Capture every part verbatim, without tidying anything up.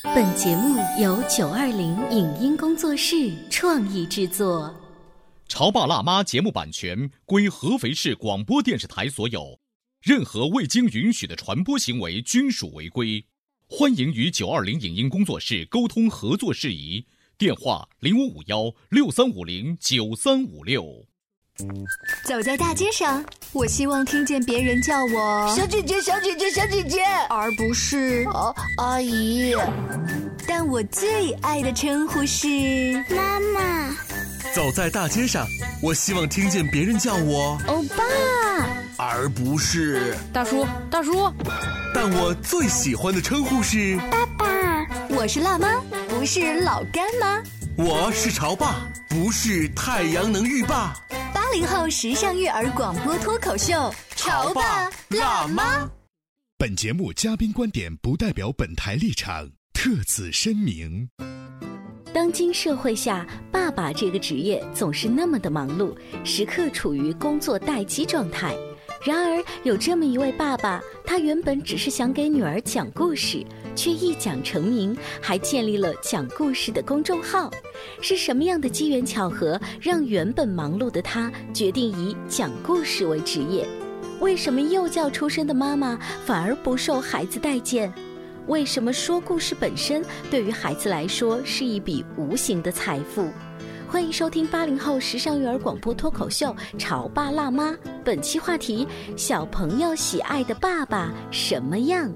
本节目由九二零影音工作室创意制作。 潮爸辣妈节目版权归合肥市广播电视台所有，任何未经允许的传播行为均属违规。欢迎与九二零影音工作室沟通合作事宜，电话零五五幺六三五零九三五六。 走在大街上，我希望听见别人叫我小姐姐小姐姐小姐姐， 而不是哦阿姨。 但我最爱的称呼是妈妈。 走在大街上，我希望听见别人叫我欧巴， 而不是大叔大叔。 但我最喜欢的称呼是爸爸。 我是辣妈，不是老干妈。 我是潮爸，不是太阳能浴霸。 八零后时尚育儿广播脱口秀，潮爸辣妈。 本节目嘉宾观点不代表本台立场，特此声明。 当今社会下，爸爸这个职业总是那么的忙碌，时刻处于工作待机状态。然而有这么一位爸爸，他原本只是想给女儿讲故事，却一讲成名，还建立了讲故事的公众号。是什么样的机缘巧合，让原本忙碌的他决定以讲故事为职业？为什么幼教出身的妈妈反而不受孩子待见？为什么说故事本身对于孩子来说是一笔无形的财富？欢迎收听八零后时尚育儿广播脱口秀《潮爸辣妈》，本期话题：小朋友喜爱的爸爸什么样？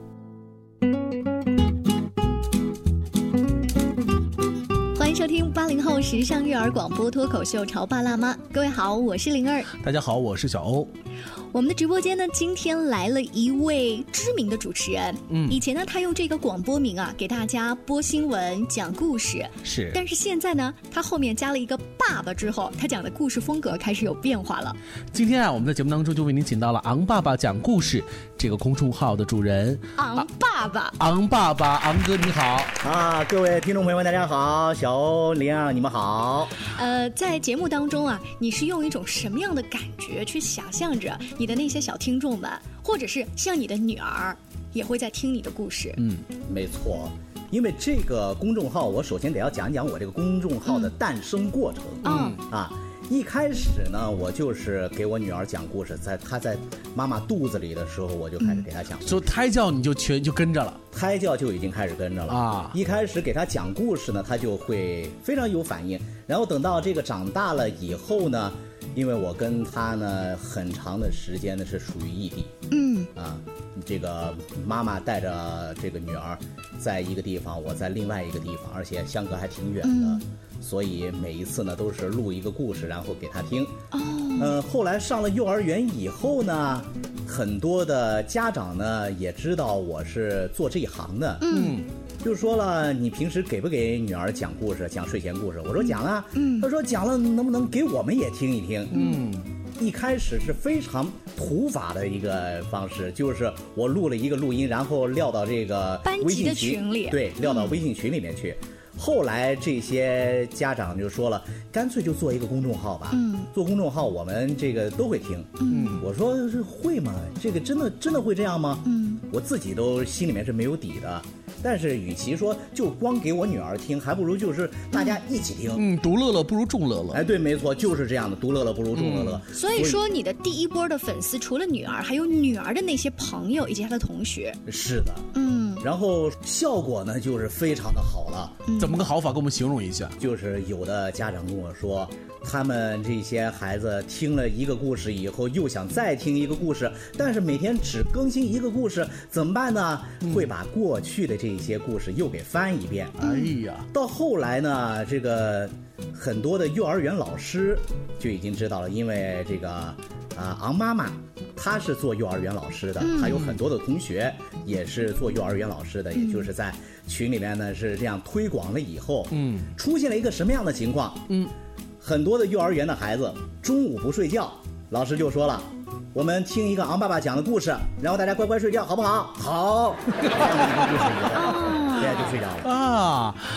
欢迎收听八零后时尚育儿广播脱口秀《潮爸辣妈》，各位好，我是灵儿。 大家好，我是小欧。 我们的直播间呢，今天来了一位知名的主持人。嗯，以前呢，他用这个广播名啊，给大家播新闻、讲故事。 是。 但是现在呢，他后面加了一个“爸爸”之后，他讲的故事风格开始有变化了。 今天啊，我们在节目当中就为您请到了昂爸爸讲故事这个公众号的主人昂爸爸。 昂爸爸，昂哥你好啊！各位听众朋友们，大家好，小欧、灵儿，你们好。 呃，在节目当中啊，你是用一种什么样的感觉去想象着你的那些小听众们，或者是像你的女儿也会在听你的故事？ 嗯，没错，因为这个公众号，我首先得要讲一讲我这个公众号的诞生过程。 嗯啊，一开始呢，我就是给我女儿讲故事，在她在妈妈肚子里的时候，我就开始给她讲故事。 说、嗯、胎教你就全就跟着了， 胎教就已经开始跟着了啊。一开始给她讲故事呢，她就会非常有反应，然后等到这个长大了以后呢。因为我跟他呢很长的时间呢是属于异地， 嗯啊，这个妈妈带着这个女儿在一个地方，我在另外一个地方，而且相隔还挺远的，嗯、所以每一次呢都是录一个故事，然后给他听。 哦， 呃，后来上了幼儿园以后呢，很多的家长呢也知道我是做这一行的， 嗯。 就说了，你平时给不给女儿讲故事，讲睡前故事？我说讲了。嗯，他说讲了，能不能给我们也听一听？嗯，一开始是非常土法的一个方式，就是我录了一个录音，然后撂到这个微信群里，对，撂到微信群里面去。嗯，后来这些家长就说了，干脆就做一个公众号吧。嗯，做公众号我们这个都会听。嗯，我说是会吗？这个真的真的会这样吗？嗯，我自己都心里面是没有底的。但是与其说就光给我女儿听，还不如就是大家一起听。 嗯，独乐乐不如众乐乐。 哎，对，没错，就是这样的，独乐乐不如众乐乐。 嗯、所以说，你的第一波的粉丝除了女儿，还有女儿的那些朋友以及她的同学。 是的， 嗯。 然后效果呢，就是非常的好了。 嗯、怎么个好法？给我们形容一下。 就是有的家长跟我说，他们这些孩子听了一个故事以后，又想再听一个故事，但是每天只更新一个故事，怎么办呢？嗯、会把过去的这些故事又给翻一遍。 哎呀， 到后来呢，这个很多的幼儿园老师就已经知道了，因为这个啊、呃，昂妈妈她是做幼儿园老师的，她、嗯、有很多的同学也是做幼儿园老师的，嗯、也就是在群里面呢是这样推广了以后，嗯，出现了一个什么样的情况？嗯，很多的幼儿园的孩子中午不睡觉，老师就说了，我们听一个昂爸爸讲的故事，然后大家乖乖睡觉，好不好？好，这样的一个故事以后，大家就睡着了啊。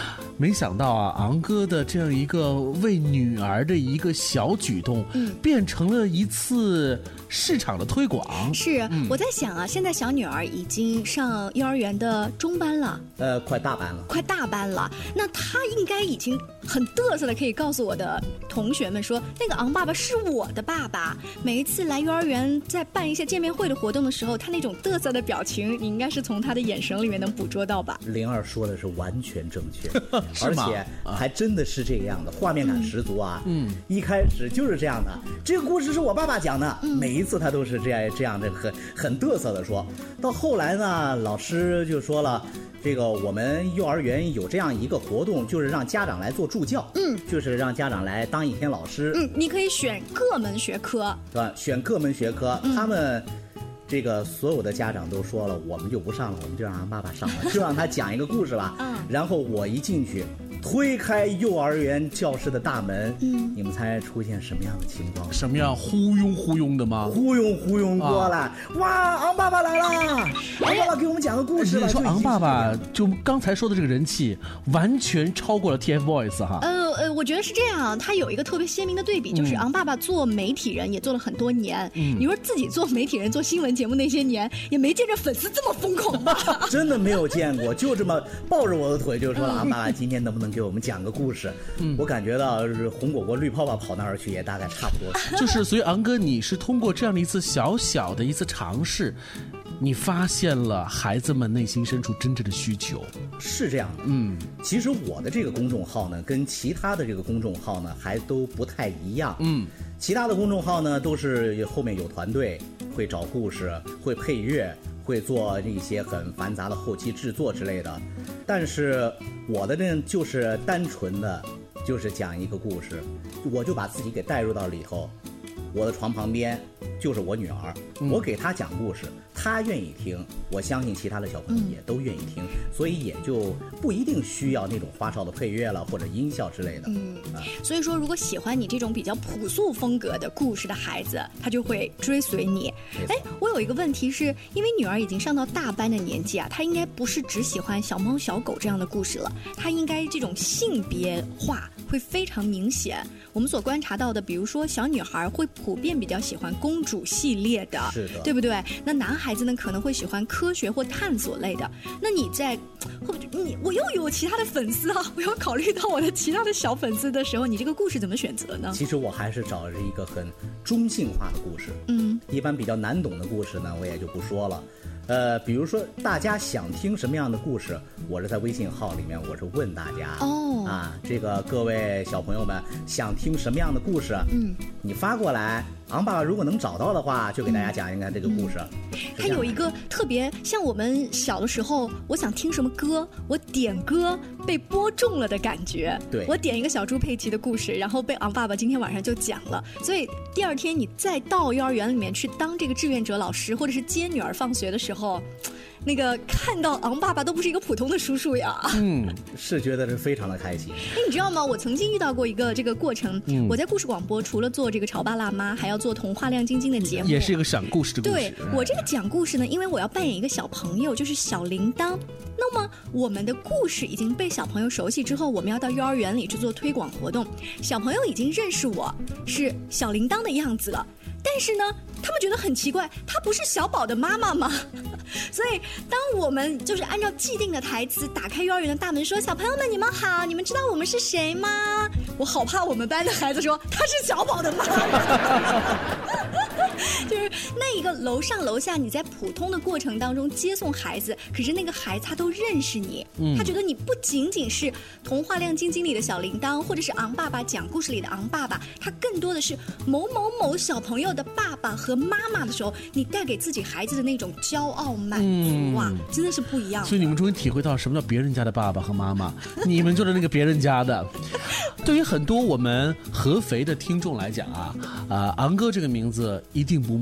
没想到啊，昂哥的这样一个为女儿的一个小举动，嗯，变成了一次市场的推广。 是、嗯、我在想啊，现在小女儿已经上幼儿园的中班了， 呃，快大班了， 快大班了。那她应该已经很嘚瑟的可以告诉我的同学们说，那个昂爸爸是我的爸爸。每一次来幼儿园在办一些见面会的活动的时候，他那种嘚瑟的表情，你应该是从他的眼神里面能捕捉到吧？ 灵儿说的是完全正确，而且还真的是这个样的，画面感十足啊。嗯，一开始就是这样的。这个故事是我爸爸讲的，嗯、每一次他都是这样这样的很很嘚瑟的说。到后来呢，老师就说了。这个我们幼儿园有这样一个活动，就是让家长来做助教，嗯，就是让家长来当一天老师， 嗯，你可以选各门学科， 对吧？选各门学科，嗯、他们这个所有的家长都说了，我们就不上了，我们就让俺爸爸上了，就让他讲一个故事吧。嗯，然后我一进去，推开幼儿园教室的大门，嗯，你们猜出现什么样的情况？ 什么样？呼拥呼拥的吗？ 呼拥呼拥过来，啊、哇，昂爸爸来了！昂爸爸给我们讲个故事吧。 你说昂爸爸就刚才说的这个人气，完全超过了 TFBOYS 哈。 呃呃，我觉得是这样，他有一个特别鲜明的对比，就是昂爸爸做媒体人也做了很多年，嗯、你说自己做媒体人做新闻节目那些年，也没见着粉丝这么疯狂吧？ 真的没有见过，就这么抱着我的腿就说了，昂爸爸今天能不能给我们讲个故事？嗯，我感觉到是红果果绿泡泡跑那儿去也大概差不多。 就是所以昂哥，你是通过这样的一次小小的一次尝试，你发现了孩子们内心深处真正的需求。 是这样的，嗯，其实我的这个公众号呢，跟其他的这个公众号呢还都不太一样，嗯，其他的公众号呢都是后面有团队，会找故事，会配乐，会做一些很繁杂的后期制作之类的，但是我的这就是单纯的，就是讲一个故事，我就把自己给带入到里头。我的床旁边就是我女儿，嗯、我给她讲故事，她愿意听，我相信其他的小朋友也都愿意听，嗯、所以也就不一定需要那种花哨的配乐了或者音效之类的。嗯， 啊、所以说如果喜欢你这种比较朴素风格的故事的孩子，他就会追随你。哎，我有一个问题是，因为女儿已经上到大班的年纪啊，她应该不是只喜欢小猫小狗这样的故事了，她应该这种性别化会非常明显。我们所观察到的，比如说小女孩会普遍比较喜欢公主系列的， 是的， 对不对？那男孩子呢，可能会喜欢科学或探索类的。那你在，会你我又有其他的粉丝啊，我要考虑到我的其他的小粉丝的时候，你这个故事怎么选择呢？ 其实我还是找着一个很中性化的故事，嗯，一般比较难懂的故事呢，我也就不说了。呃，比如说大家想听什么样的故事，我是在微信号里面，我是问大家哦，啊，这个各位小朋友们想听什么样的故事？嗯，你发过来，昂爸爸如果能找到的话，就给大家讲一讲这个故事。 嗯、它有一个特别像我们小的时候，我想听什么歌，我点歌被播中了的感觉。 对， 我点一个小猪佩奇的故事，然后被昂爸爸今天晚上就讲了，所以第二天你再到幼儿园里面去当这个志愿者老师，或者是接女儿放学的时候。那个看到昂爸爸都不是一个普通的叔叔呀， 嗯，是觉得是非常的开心。 哎，你知道吗？我曾经遇到过一个这个过程，嗯、我在故事广播除了做这个潮爸辣妈，还要做童话亮晶晶的节目， 也是一个讲故事的故事。 对，我这个讲故事呢，因为我要扮演一个小朋友，就是小铃铛。那么我们的故事已经被小朋友熟悉之后，我们要到幼儿园里去做推广活动，小朋友已经认识我是小铃铛的样子了。但是呢，他们觉得很奇怪，她不是小宝的妈妈吗？所以当我们就是按照既定的台词打开幼儿园的大门说，小朋友们你们好，你们知道我们是谁吗？我好怕我们班的孩子说她是小宝的妈妈。就是那一个楼上楼下，你在普通的过程当中接送孩子，可是那个孩子他都认识你，嗯、他觉得你不仅仅是童话亮晶晶里的小铃铛，或者是昂爸爸讲故事里的昂爸爸，他更多的是某某某小朋友的爸爸和妈妈的时候，你带给自己孩子的那种骄傲满足啊，嗯、真的是不一样的。 所以你们终于体会到什么叫别人家的爸爸和妈妈，你们就是那个别人家的。对于很多我们合肥的听众来讲啊，啊、呃，昂哥这个名字一定不陌生。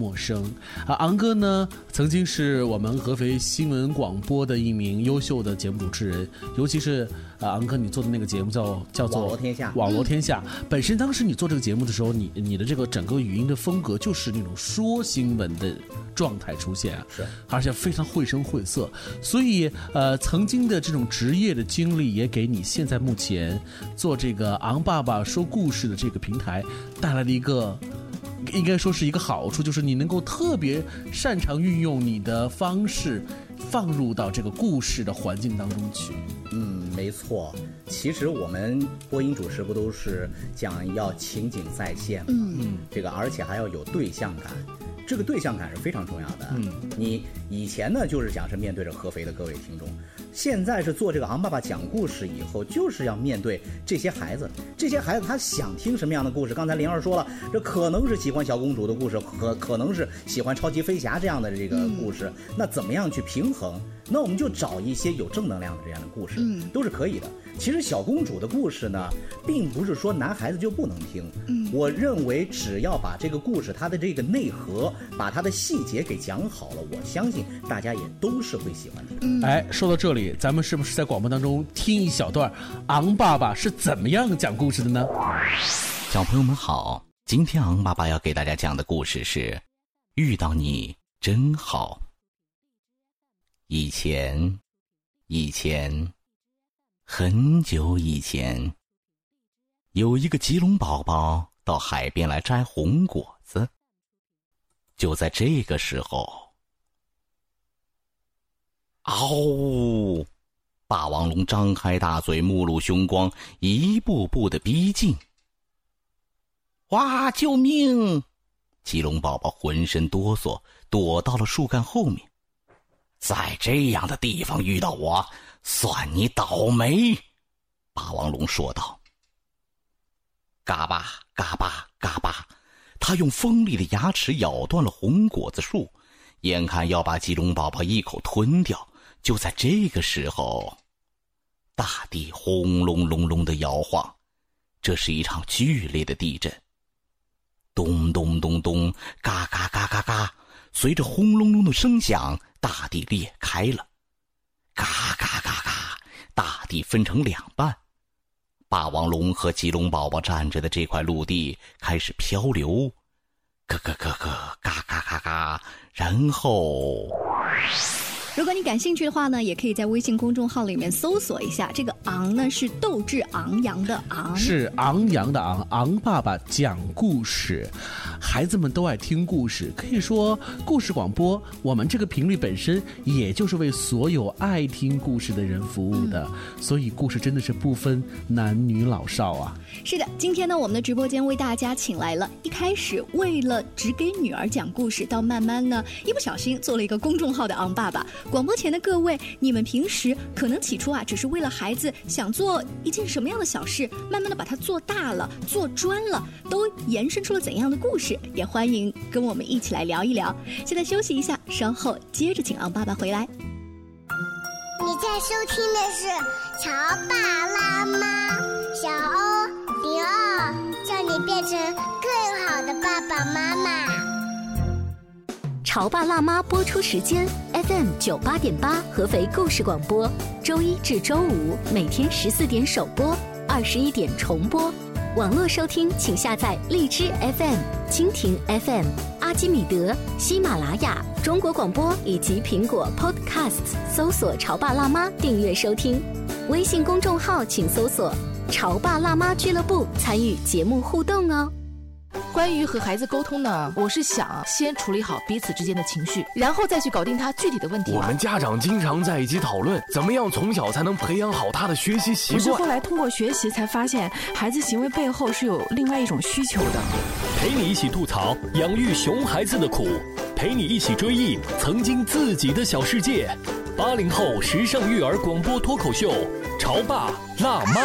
啊，昂哥呢曾经是我们合肥新闻广播的一名优秀的节目主持人，尤其是啊，昂哥你做的那个节目叫叫做网罗天下。 网罗天下，嗯、本身当时你做这个节目的时候，你你的这个整个语音的风格就是那种说新闻的状态出现啊， 是， 而且非常绘声绘色，所以呃，曾经的这种职业的经历也给你现在目前做这个昂爸爸说故事的这个平台带来了一个。应该说是一个好处，就是你能够特别擅长运用你的方式放入到这个故事的环境当中去。 嗯，没错。其实我们播音主持不都是讲要情景再现吗？嗯，这个而且还要有对象感。这个对象感是非常重要的。嗯，你以前呢就是讲是面对着合肥的各位听众，现在是做这个昂爸爸讲故事以后，就是要面对这些孩子。这些孩子他想听什么样的故事？刚才灵儿说了，这可能是喜欢小公主的故事，可可能是喜欢超级飞侠这样的这个故事。嗯、那怎么样去平衡？那我们就找一些有正能量的这样的故事，嗯，都是可以的。其实小公主的故事呢，并不是说男孩子就不能听。嗯，我认为只要把这个故事它的这个内核，把它的细节给讲好了，我相信大家也都是会喜欢的。 嗯，哎，说到这里，咱们是不是在广播当中听一小段昂爸爸是怎么样讲故事的呢？ 小朋友们好，今天昂爸爸要给大家讲的故事是遇到你真好。以前，以前，很久以前，有一个吉隆宝宝到海边来摘红果子。就在这个时候，嗷呜！霸王龙张开大嘴，目露凶光，一步步的逼近。哇！救命！吉隆宝宝浑身哆嗦，躲到了树干后面。在这样的地方遇到我，算你倒霉！霸王龙说道。嘎巴嘎巴嘎巴，他用锋利的牙齿咬断了红果子树，眼看要把吉隆宝宝一口吞掉。就在这个时候，大地轰隆隆隆的摇晃，这是一场剧烈的地震。咚咚咚咚，嘎嘎嘎嘎嘎，随着轰隆隆的声响，大地裂开了。嘎嘎嘎嘎，大地分成两半。霸王龙和吉隆宝宝站着的这块陆地开始漂流，咯咯咯咯，嘎嘎嘎嘎，然后。 如果你感兴趣的话呢，也可以在微信公众号里面搜索一下，这个昂呢是斗志昂扬的昂， 是昂扬的昂。昂爸爸讲故事，孩子们都爱听故事，可以说故事广播我们这个频率本身也就是为所有爱听故事的人服务的、嗯、所以故事真的是不分男女老少啊。 是的，今天呢我们的直播间为大家请来了，一开始为了只给女儿讲故事，到慢慢呢一不小心做了一个公众号的昂爸爸。广播前的各位，你们平时可能起初啊只是为了孩子想做一件什么样的小事，慢慢的把它做大了，做专了，都延伸出了怎样的故事，也欢迎跟我们一起来聊一聊。现在休息一下，稍后接着请昂爸爸回来。 你在收听的是潮爸辣妈，小欧零二，叫你变成更好的爸爸妈妈。 潮爸辣妈播出时间 F M 九八点八合肥故事广播，周一至周五每天十四点首播，二十一点重播。网络收听请下载荔枝 F M、蜻蜓 F M、阿基米德、喜马拉雅、中国广播以及苹果 Podcasts， 搜索潮爸辣妈订阅收听。微信公众号请搜索潮爸辣妈俱乐部，参与节目互动哦。 关于和孩子沟通呢，我是想先处理好彼此之间的情绪，然后再去搞定他具体的问题。 我们家长经常在一起讨论，怎么样从小才能培养好他的学习习惯。 我是后来通过学习才发现，孩子行为背后是有另外一种需求的。 陪你一起吐槽养育熊孩子的苦，陪你一起追忆曾经自己的小世界。八零后时尚育儿广播脱口秀，潮爸辣妈。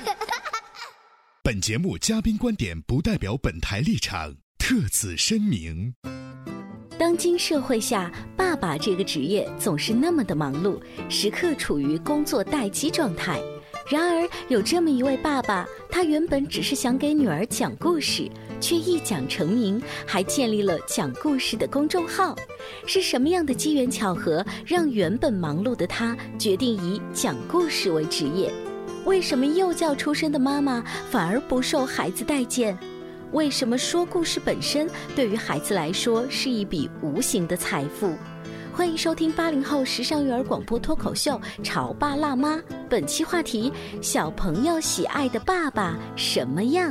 本节目嘉宾观点不代表本台立场，特此声明。 当今社会下，爸爸这个职业总是那么的忙碌，时刻处于工作待机状态。然而有这么一位爸爸，他原本只是想给女儿讲故事， 却一讲成名，还建立了讲故事的公众号。是什么样的机缘巧合，让原本忙碌的他决定以讲故事为职业？为什么幼教出身的妈妈反而不受孩子待见？为什么说故事本身对于孩子来说是一笔无形的财富？欢迎收听八零后时尚育儿广播脱口秀《潮爸辣妈》，本期话题：小朋友喜爱的爸爸什么样？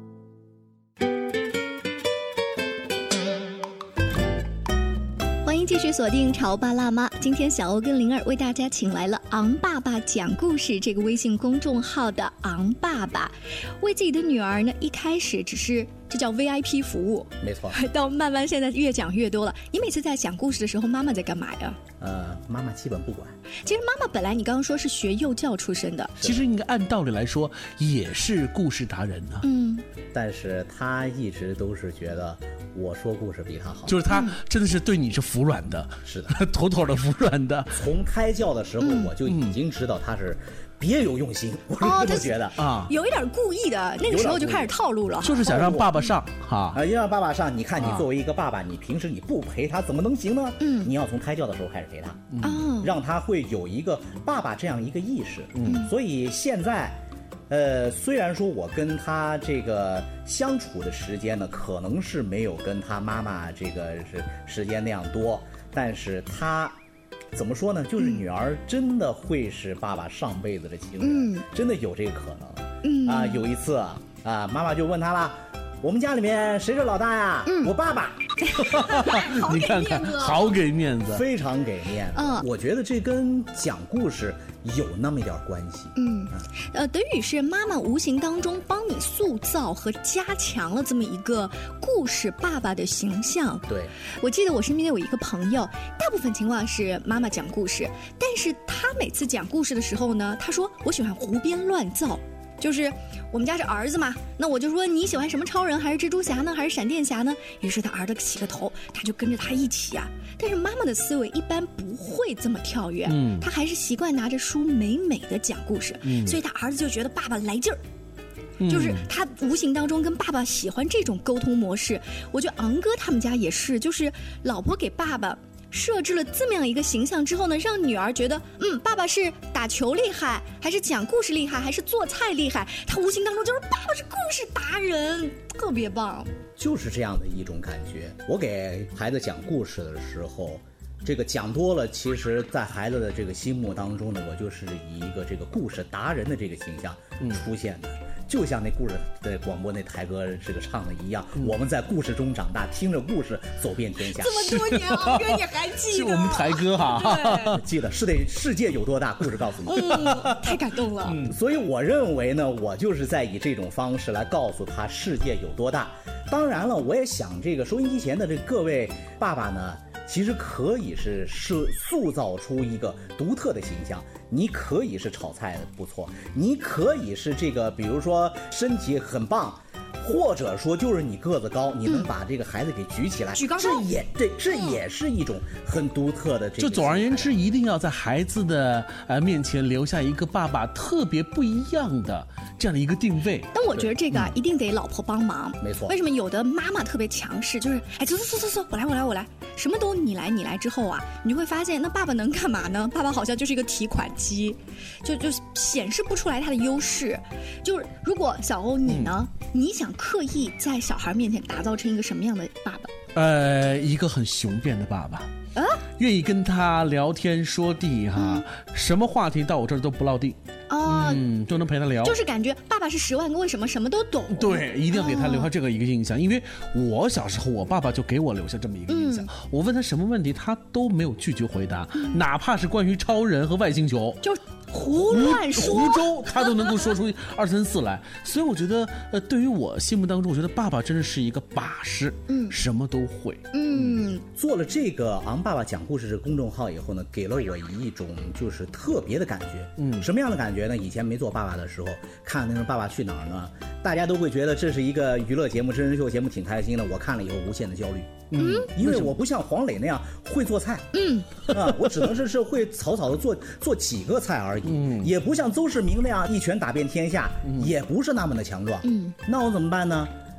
欢迎继续锁定潮爸辣妈。今天小欧跟灵儿为大家请来了昂爸爸讲故事这个微信公众号的昂爸爸，为自己的女儿呢，一开始只是这叫 V I P 服务， 没错， 到慢慢现在越讲越多了。你每次在讲故事的时候，妈妈在干嘛呀？ 呃，妈妈基本不管。 其实妈妈本来你刚刚说是学幼教出身的， 其实应该按道理来说也是故事达人呢、啊。 嗯， 但是她一直都是觉得我说故事比她好， 就是她真的是对你是服软的， 是的， 妥妥的服软的。 从胎教的时候我就已经知道她是别有用心，我是这么觉得啊，有一点故意的，那个时候就开始套路了， 就是想让爸爸上哈啊，要让爸爸上。你看，你作为一个爸爸，你平时你不陪他怎么能行呢？嗯，你要从胎教的时候开始陪他， 嗯， 让他会有一个爸爸这样一个意识。嗯，所以现在，呃，虽然说我跟他这个相处的时间呢，可能是没有跟他妈妈这个是时间那样多，但是他。怎么说呢？就是女儿真的会是爸爸上辈子的情人，嗯、真的有这个可能。嗯啊，有一次啊，妈妈就问他了：“我们家里面谁是老大呀？”嗯、我爸爸。 你看看，好给面子， 非常给面子。嗯，我觉得这跟讲故事有那么一点关系。 嗯，呃，等于是妈妈无形当中帮你塑造和加强了这么一个故事爸爸的形象。 对， 我记得我身边有一个朋友，大部分情况是妈妈讲故事，但是他每次讲故事的时候呢，他说我喜欢胡编乱造。就是我们家是儿子嘛，那我就说你喜欢什么超人还是蜘蛛侠呢，还是闪电侠呢？于是他儿子起个头，他就跟着他一起啊。但是妈妈的思维一般不会这么跳跃，嗯，他还是习惯拿着书美美的讲故事，嗯，所以他儿子就觉得爸爸来劲儿。就是他无形当中跟爸爸喜欢这种沟通模式。我觉得昂哥他们家也是，就是老婆给爸爸设置了这么样一个形象之后呢，让女儿觉得，嗯，爸爸是打球厉害，还是讲故事厉害，还是做菜厉害？他无形当中就是爸爸是故事达人，特别棒。 就是这样的一种感觉。我给孩子讲故事的时候，这个讲多了，其实在孩子的这个心目当中呢，我就是以一个这个故事达人的这个形象出现的。嗯，就像那故事的广播那台歌这个唱的一样，嗯、我们在故事中长大，听着故事走遍天下。 这么多年，昂哥你还记得？ 是我们台歌哈， 记得是得世界有多大，故事告诉你。 嗯，太感动了。 嗯，所以我认为呢，我就是在以这种方式来告诉他世界有多大。当然了，我也想这个收音机前的这各位爸爸呢，其实可以是是塑造出一个独特的形象。你可以是炒菜的不错，你可以是这个，比如说身体很棒，或者说就是你个子高，你能把这个孩子给举起来， 举高高， 这也对，这也是一种很独特的这个。 就总而言之，一定要在孩子的呃面前留下一个爸爸特别不一样的这样的一个定位。 但我觉得这个啊，一定得老婆帮忙。 没错。 为什么有的妈妈特别强势，就是哎，走走走走走，我来我来我来，什么都你来你来之后啊，你就会发现，那爸爸能干嘛呢？爸爸好像就是一个提款机，就就显示不出来他的优势。就是如果小欧你呢，嗯、你想刻意在小孩面前打造成一个什么样的爸爸？ 呃，一个很雄辩的爸爸。啊，愿意跟他聊天说地哈，嗯、什么话题到我这儿都不落地。哦，嗯，都能陪他聊， 就是感觉爸爸是十万个为什么，什么都懂。 对，一定要给他留下这个一个印象，哦、因为我小时候，我爸爸就给我留下这么一个印象。嗯、我问他什么问题，他都没有拒绝回答，嗯、哪怕是关于超人和外星球， 就胡乱说湖州，他都能够说出二三四来。所以我觉得，呃，对于我心目当中，我觉得爸爸真的是一个把式，嗯，什么都会。 嗯，做了这个昂爸爸讲故事这个公众号以后呢，给了我一种就是特别的感觉。嗯，什么样的感觉呢？以前没做爸爸的时候，看那种《爸爸去哪儿》呢，大家都会觉得这是一个娱乐节目、真人秀节目，挺开心的。我看了以后，无限的焦虑。嗯，因为我不像黄磊那样会做菜。嗯，啊，我只能是是会草草的做做几个菜而已。嗯，也不像邹市明那样一拳打遍天下，嗯、也不是那么的强壮。嗯，那我怎么办呢？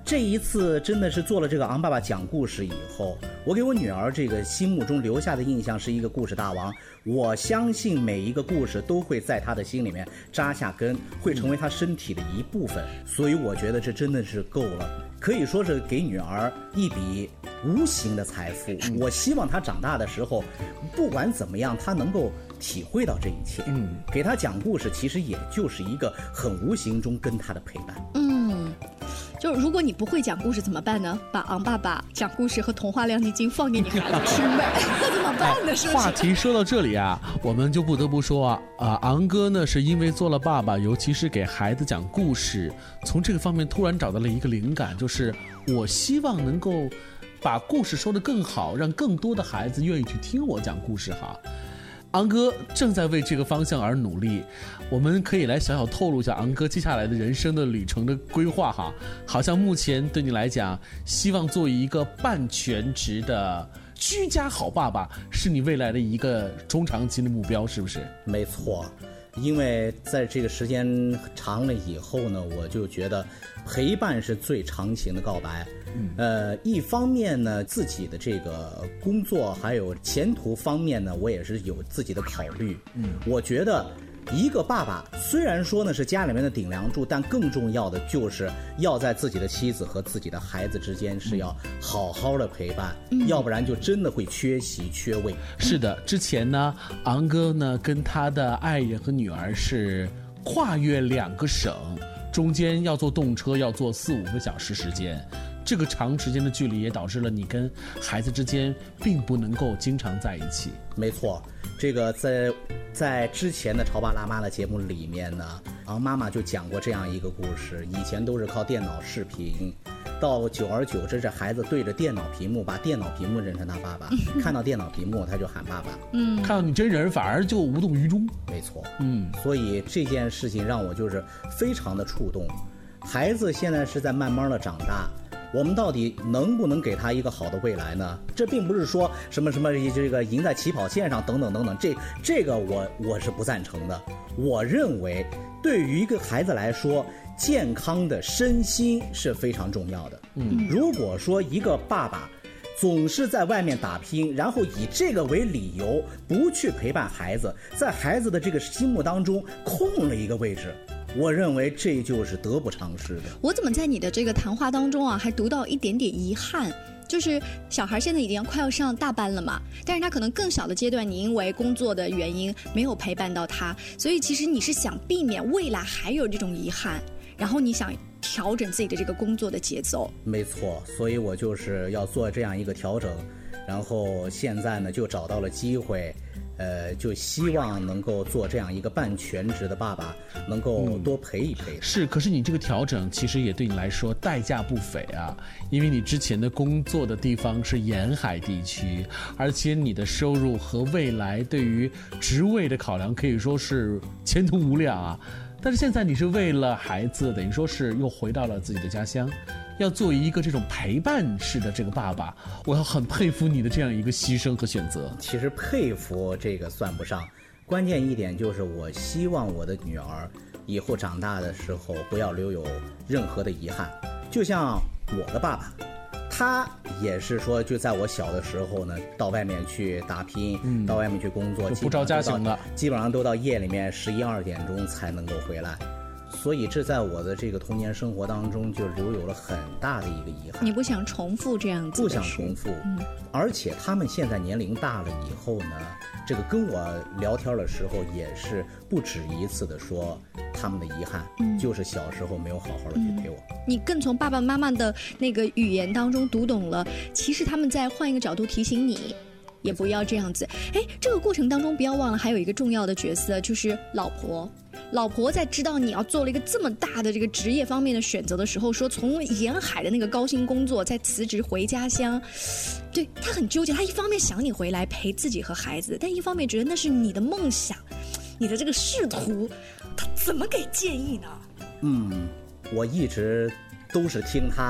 这一次真的是做了这个昂爸爸讲故事以后，我给我女儿这个心目中留下的印象是一个故事大王。我相信每一个故事都会在她的心里面扎下根，会成为她身体的一部分。所以我觉得这真的是够了，可以说是给女儿一笔无形的财富。我希望她长大的时候，不管怎么样，她能够体会到这一切。嗯，给她讲故事其实也就是一个很无形中跟她的陪伴。 嗯。就如果你不会讲故事怎么办呢？把昂爸爸讲故事和童话亮晶晶放给你孩子听呗，那怎么办呢？是不是？ 话题说到这里啊，我们就不得不说啊啊，昂哥呢是因为做了爸爸，尤其是给孩子讲故事，从这个方面突然找到了一个灵感，就是我希望能够把故事说得更好，让更多的孩子愿意去听我讲故事哈。昂哥正在为这个方向而努力，我们可以来小小透露一下昂哥接下来的人生的旅程的规划哈。好像目前对你来讲，希望做一个半全职的居家好爸爸，是你未来的一个中长期的目标，是不是？ 没错，因为在这个时间长了以后呢，我就觉得陪伴是最长情的告白。嗯、呃，一方面呢，自己的这个工作还有前途方面呢，我也是有自己的考虑。嗯，我觉得一个爸爸虽然说呢是家里面的顶梁柱，但更重要的就是要在自己的妻子和自己的孩子之间是要好好的陪伴，嗯、要不然就真的会缺席缺位。 是的，之前呢，昂哥呢跟他的爱人和女儿是跨越两个省，中间要坐动车要坐四五个小时时间。这个长时间的距离也导致了你跟孩子之间并不能够经常在一起。 没错，这个在在之前的潮爸辣妈的节目里面呢，昂妈妈就讲过这样一个故事。以前都是靠电脑视频，到久而久之，这孩子对着电脑屏幕，把电脑屏幕认成他爸爸，看到电脑屏幕他就喊爸爸。 嗯，看到你真人反而就无动于衷。 没错，嗯，所以这件事情让我就是非常的触动。孩子现在是在慢慢的长大。我们到底能不能给他一个好的未来呢？这并不是说什么什么这个赢在起跑线上等等等等，这这个我我是不赞成的。我认为对于一个孩子来说，健康的身心是非常重要的。嗯，如果说一个爸爸总是在外面打拼，然后以这个为理由不去陪伴孩子，在孩子的这个心目当中空了一个位置，我认为这就是得不偿失的。 我怎么在你的这个谈话当中啊，还读到一点点遗憾，就是小孩现在已经快要上大班了嘛，但是他可能更小的阶段，你因为工作的原因没有陪伴到他，所以其实你是想避免未来还有这种遗憾，然后你想调整自己的这个工作的节奏。 没错，所以我就是要做这样一个调整，然后现在呢就找到了机会。呃，就希望能够做这样一个半全职的爸爸，能够多陪一陪。 嗯、是，可是你这个调整其实也对你来说代价不菲啊，因为你之前的工作的地方是沿海地区，而且你的收入和未来对于职位的考量可以说是前途无量啊。但是现在你是为了孩子，等于说是又回到了自己的家乡。要做一个这种陪伴式的这个爸爸，我要很佩服你的这样一个牺牲和选择。 其实佩服这个算不上，关键一点就是我希望我的女儿以后长大的时候不要留有任何的遗憾。就像我的爸爸，他也是说就在我小的时候呢，到外面去打拼，嗯、到外面去工作， 不着家型的， 基本上都到夜里面十一二点钟才能够回来。所以这在我的这个童年生活当中就留有了很大的一个遗憾。 你不想重复这样子的？ 不想重复、嗯、而且他们现在年龄大了以后呢，这个跟我聊天的时候也是不止一次的说他们的遗憾、嗯、就是小时候没有好好的去陪我、 嗯、你更从爸爸妈妈的那个语言当中读懂了，其实他们在换一个角度提醒你也不要这样子。哎，这个过程当中不要忘了还有一个重要的角色，就是老婆。老婆在知道你要做了一个这么大的这个职业方面的选择的时候，说从沿海的那个高薪工作再辞职回家乡，对，他很纠结，他一方面想你回来陪自己和孩子，但一方面觉得那是你的梦想，你的这个仕途，他怎么给建议呢？ 嗯，我一直都是听他的，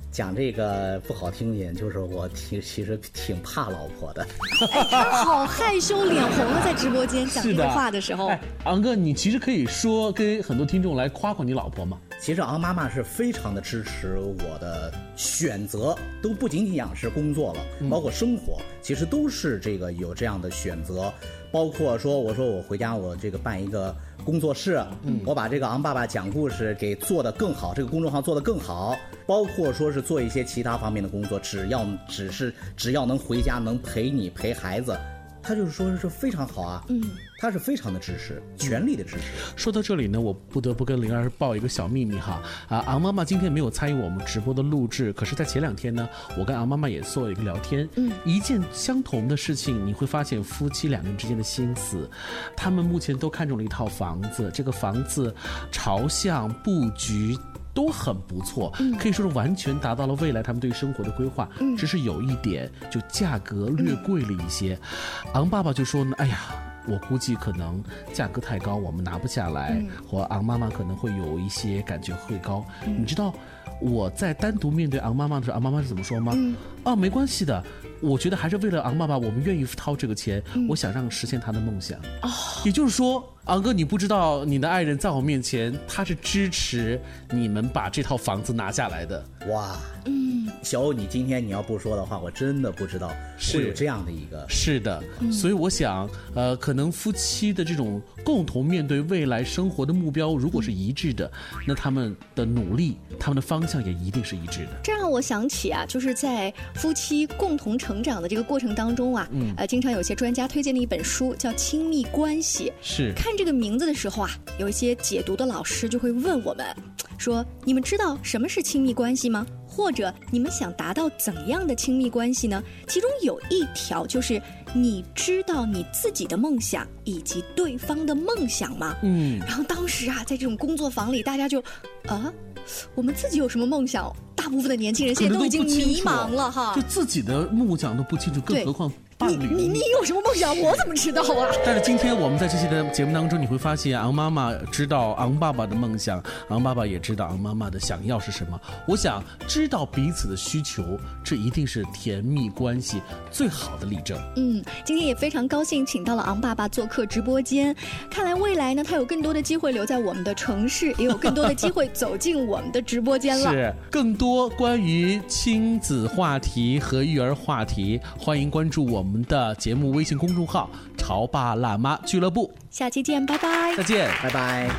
讲这个不好听点，就是我挺其实挺怕老婆的。 哎，他好害羞，脸红了，在直播间讲这个话的时候。 哎，昂哥，你其实可以说跟很多听众来夸夸你老婆嘛。 其实昂妈妈是非常的支持我的选择，都不仅仅讲是工作了，嗯、包括生活，其实都是这个有这样的选择。包括说，我说我回家，我这个办一个工作室，嗯，我把这个昂爸爸讲故事给做得更好，这个公众号做得更好，包括说是做一些其他方面的工作，只要只是只要能回家能陪你陪孩子，他就是说是非常好啊，嗯，他是非常的支持，全力的支持。 说到这里呢，我不得不跟灵儿报一个小秘密哈，啊，昂妈妈今天没有参与我们直播的录制，可是在前两天呢，我跟昂妈妈也做了一个聊天，嗯，一件相同的事情，你会发现夫妻两个人之间的心思，他们目前都看中了一套房子，这个房子朝向布局都很不错，可以说是完全达到了未来他们对生活的规划，嗯，只是有一点就价格略贵了一些，嗯、昂爸爸就说呢，哎呀，我估计可能价格太高，我们拿不下来，嗯、或昂妈妈可能会有一些感觉会高，嗯、你知道我在单独面对昂妈妈的时候，昂妈妈是怎么说吗？嗯、啊，没关系的。我觉得还是为了昂爸爸，我们愿意掏这个钱，嗯、我想让实现他的梦想。哦，也就是说，昂哥，你不知道你的爱人在我面前，他是支持你们把这套房子拿下来的。 哇，嗯，小欧，你今天你要不说的话，我真的不知道会有这样的一个。 是的，嗯、所以我想，呃，可能夫妻的这种共同面对未来生活的目标，如果是一致的，嗯、那他们的努力，他们的方向也一定是一致的。 这让我想起啊，就是在夫妻共同成长的这个过程当中啊，嗯，呃，经常有些专家推荐的一本书叫《亲密关系》。 是。 看这个名字的时候啊，有一些解读的老师就会问我们，说你们知道什么是亲密关系吗？或者你们想达到怎样的亲密关系呢？其中有一条就是你知道你自己的梦想以及对方的梦想吗？嗯。然后当时啊，在这种工作坊里，大家就，啊，我们自己有什么梦想？大部分的年轻人现在都已经迷茫了哈， 就自己的梦想都不清楚，更何况伴侣。 你你有什么梦想？我怎么知道啊？ 但是今天我们在这期的节目当中，你会发现昂妈妈知道昂爸爸的梦想，昂爸爸也知道昂妈妈的想要是什么。我想知道彼此的需求，这一定是甜蜜关系最好的例证。 嗯，今天也非常高兴请到了昂爸爸做客直播间。看来未来呢，他有更多的机会留在我们的城市，也有更多的机会走进我们的直播间了。 是，更多关于亲子话题和育儿话题，欢迎关注我们的节目微信公众号潮爸辣妈俱乐部。 下期见，拜拜。 再见， 拜拜。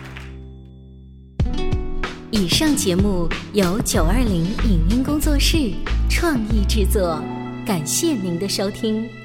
以上节目由九二零影音工作室创意制作，感谢您的收听。